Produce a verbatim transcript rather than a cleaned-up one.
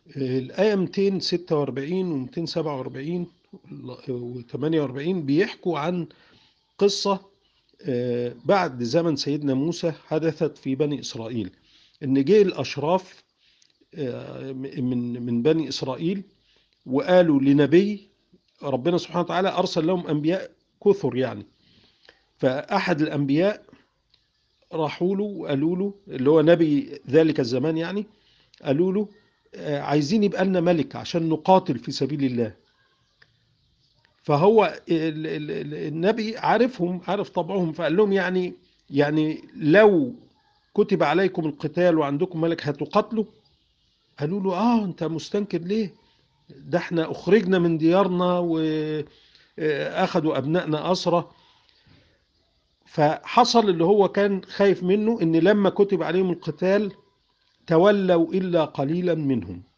الآية مئتين وستة وأربعين و مئتين وسبعة وأربعين و ثمانية وأربعين بيحكوا عن قصة آه، بعد زمن سيدنا موسى حدثت في بني إسرائيل. إن جه الأشراف آه، من من بني إسرائيل وقالوا لنبي، ربنا سبحانه وتعالى أرسل لهم أنبياء كثر يعني. فأحد الأنبياء راحوا له وقالوا له، اللي هو نبي ذلك الزمان يعني، قالوا له آه، عايزين يبقى لنا ملك عشان نقاتل في سبيل الله. فهو ال- ال- ال- النبي عارفهم، عارف طبعهم، فقال لهم يعني يعني لو كتب عليكم القتال وعندكم ملك هتقاتلوا؟ قالوا له اه انت مستنكر ليه؟ ده احنا اخرجنا من ديارنا واخدوا ابنائنا اسرى. فحصل اللي هو كان خايف منه، ان لما كتب عليهم القتال تولوا الا قليلا منهم.